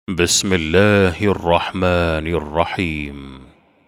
بسم الله الرحمن الرحيم.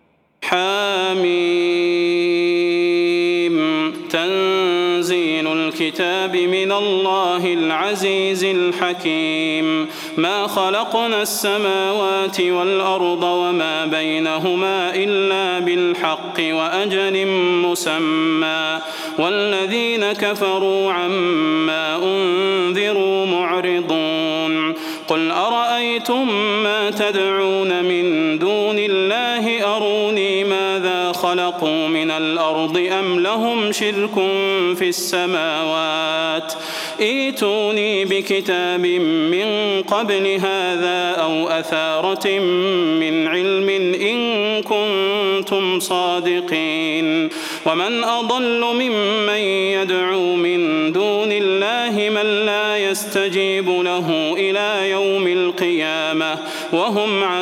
حميم. تنزيل الكتاب من الله العزيز الحكيم. ما خلقنا السماوات والأرض وما بينهما إلا بالحق وأجل مسمى والذين كفروا عما أنذروا معرضون. قل أرأيتم ما تدعون من دون الله أروني ماذا خلقوا من الأرض أم لهم شرك في السماوات ائتوني بكتاب من قبل هذا أو أثارة من علم إن كنتم صادقين. ومن أضل ممن يدعو من دون الله من لا يستجيب له إلى يوم القيامة وهم عن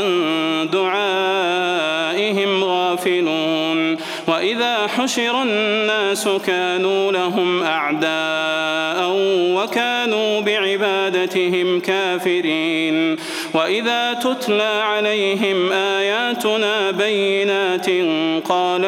دعائهم غافلون. وإذا حشر الناس كانوا لهم أعداء وكانوا بعبادتهم كافرين. وإذا تتلى عليهم آياتنا بينات قال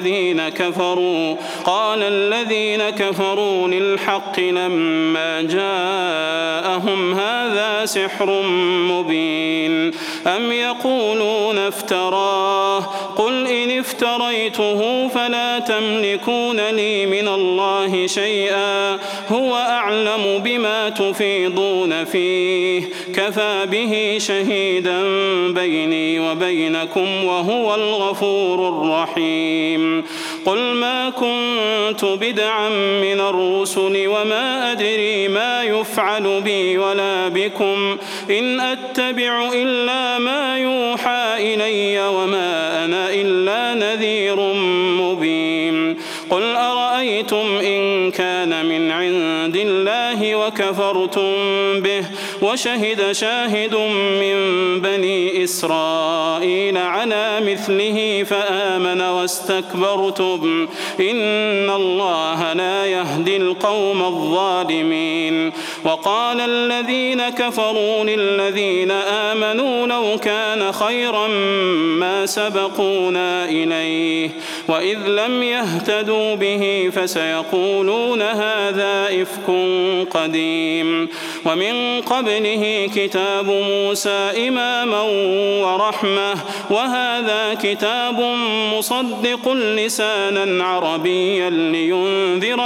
الذين كفروا للحق لما جاءهم هذا سحر مبين. أم يقولون افتراه قل إن افتريته فلا تملكون لي من الله شيئا هو أعلم بما تفيضون فيه كفى به شهيدا بيني وبينكم وهو الغفور الرحيم. قل ما كنت بدعا من الرسل وما أدري ما يفعل بي ولا بكم إن أتبع إلا ما يوحى إلي وما أنا إلا نذير مبين. قل أرأيتم إن كان من عند الله وكفرتم به وشهد شاهد من بني إسرائيل على مثله فآمن واستكبرتم إن الله لا يهدي القوم الظالمين. وقال الذين كفروا للذين آمنوا لو كان خيرا ما سبقونا إليه وإذ لم يهتدوا به فسيقولون هذا إفك قديم. ومن قبله كتاب موسى إماما ورحمة وهذا كتاب مصدق لسانا عربيا لينذر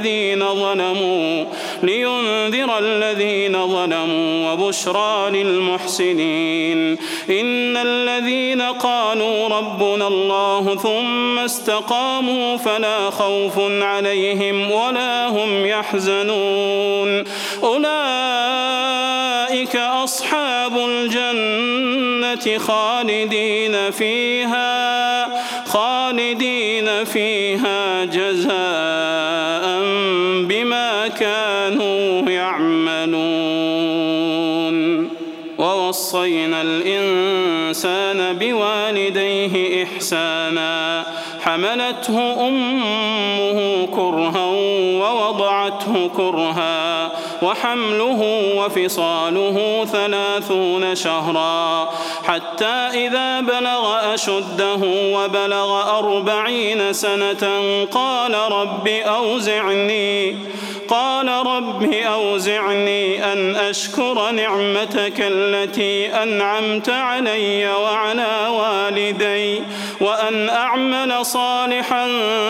الذين ظلموا وبشرى للمحسنين. إن الذين قالوا ربنا الله ثم استقاموا فلا خوف عليهم ولا هم يحزنون أولئك أصحاب الجنة خالدين فيها جزاء بما كانوا يعملون. ووصينا الإنسان بوالديه إحسانا حملته أمه كرها ووضعته كرها وحمله وفصاله 30 شهرا حتى إذا بلغ أشده وبلغ 40 سنة قال رب أوزعني أن أشكر نعمتك التي أنعمت علي وعلى والدي وأن أعمل صالحا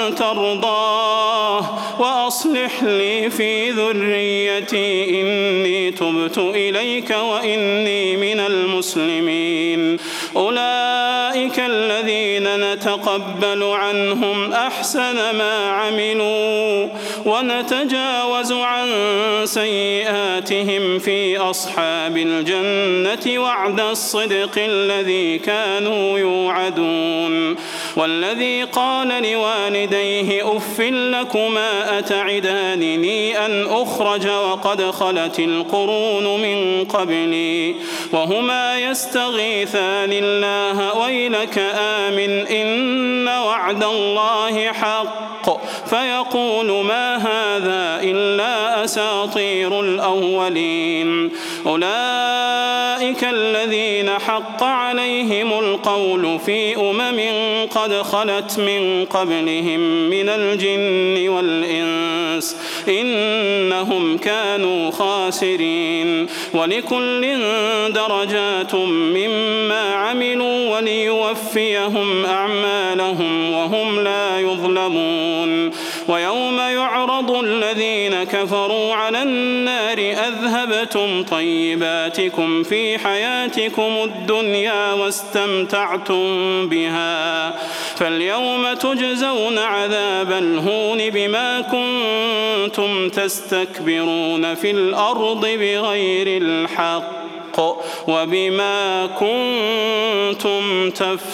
ترضاه وأصلح لي في ذريتي إني تبت إليك وإني من المسلمين. أولئك الذين نتقبل عنهم أحسن ما عملوا ونتجاوز عن سيئاتهم في أصحاب الجنة وعد الصدق الذي كانوا يوعدون. والذي قال لوالديه أف لكما أتعدانني أن أخرج وقد خلت القرون من قبلي وهما يستغيثان الله ويلك آمن إن وعد الله حق فيقول ما هذا إلا أساطير الأولين. أولئك أولئك الذين حق عليهم القول في قد خلت من قبلهم من الجن والإنس إنهم كانوا خاسرين ولكل درجات مما عملوا وليوفيهم أعمالهم وهم لا يظلمون ويوم يعرض الذين كفروا على النار أذهبتم طيباتكم في حياتكم الدنيا واستمتعتم بها فاليوم تجزون عذاب الهون بما كنتم تستكبرون في الأرض بغير الحق وبما كنتم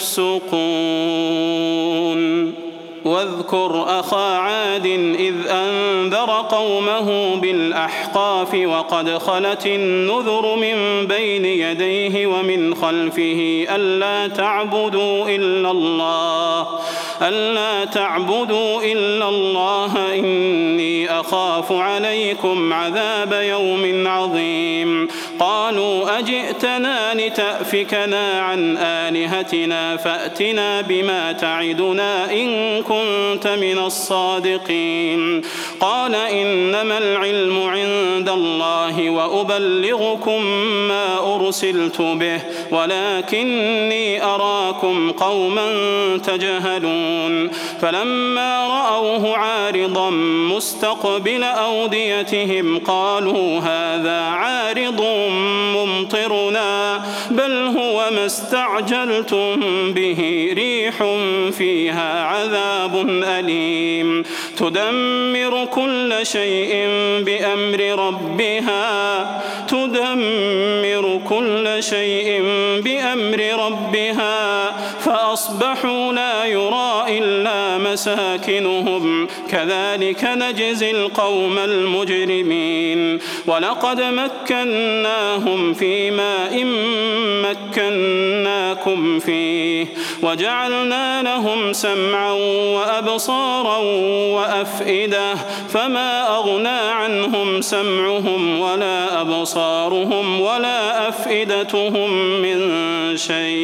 تفسقون واذكر أخا عاد إذ أنذر قومه بالأحقاف وقد خلت النذر من بين يديه ومن خلفه ألا تعبدوا إلا الله إني أخاف عليكم عذاب يوم عظيم قالوا أجئتنا لتأفكنا عن آلهتنا فأتنا بما تعدنا إن كنت من الصادقين قال إنما العلم عند الله وأبلغكم ما أرسلت به ولكني أراكم قوما تجهلون فلما رأوه عارضا مستقبل أوديتهم قالوا هذا عارض ممطرنا بل هو ما استعجلتم به ريح فيها عذاب أليم تدمر كل شيء بأمر ربها فأصبحوا لا يرى إلا مساكنهم كذلك نجزي القوم المجرمين ولقد مكناهم في ماء مكناكم فيه وجعلنا لهم سمعا وأبصارا وأفئدة فما أغنى عنهم سمعهم ولا أبصارهم ولا أفئدتهم من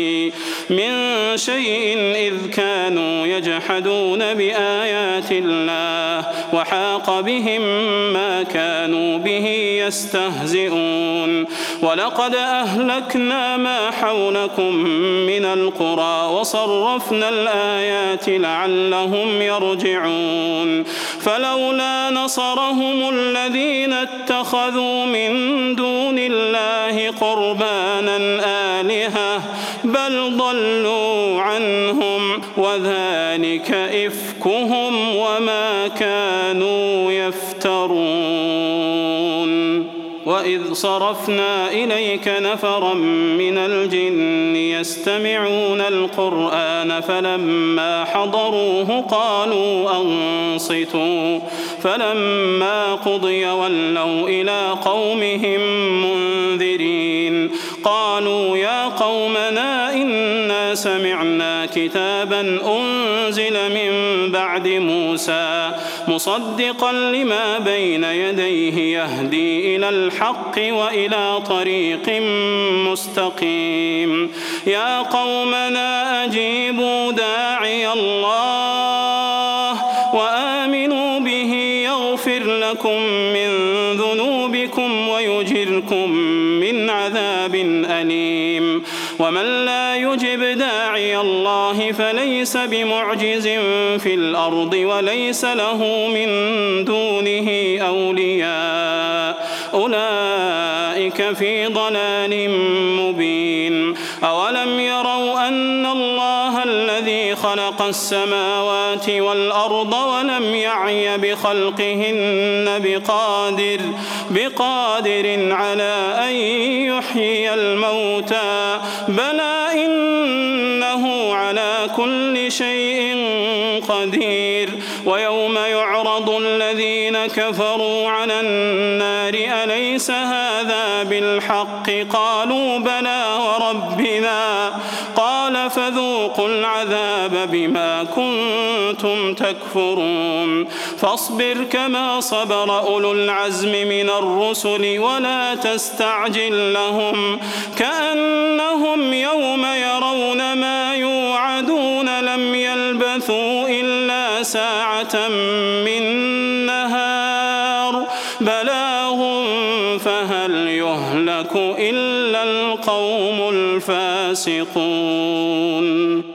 شيء إذ كانوا يجحدون بآيات الله وحاق بهم ما كانوا به يستهزئون ولقد أهلكنا ما حولكم من القرى وصرفنا الآيات لعلهم يرجعون فلولا نصرهم الذين اتخذوا من دون الله قربانا آلهة بل ضلوا عنهم وذلك إفكهم وما كانوا يفترون وإذ صرفنا إليك نفرا من الجن يستمعون القرآن فلما حضروه قالوا أنصتوا فلما قضي ولوا إلى قومهم منذرين قالوا يا قومنا إنا سمعنا كتابا أنزل من بعد موسى مصدقا لما بين يديه يهدي إلى الحق وإلى طريق مستقيم يا قومنا أجيبوا داعي الله وآمنوا به يغفر لكم من ذنوبكم ويجركم من عذاب أليم ومن لا يجب داعي الله فليس بمعجز في الأرض وليس له من دونه أولياء أولئك في ضلال مبين أولم يروا أن الله الذي خلق السماوات والأرض ولم يعي بخلقهن بقادر على أن يحيي الموتى بلى إنه على كل شيء قدير ويوم يعرض الذين كفروا على النار أليس هذا بالحق قالوا بلى وربنا قال قال فذوقوا العذاب بما كنتم تكفرون فاصبر كما صبر أولو العزم من الرسل ولا تستعجل لهم كأنهم يوم يرون ما يوعدون لم يلبثوا إلا ساعة من نهار بلاغ فهل يهلك إلا القوم الفاسقون.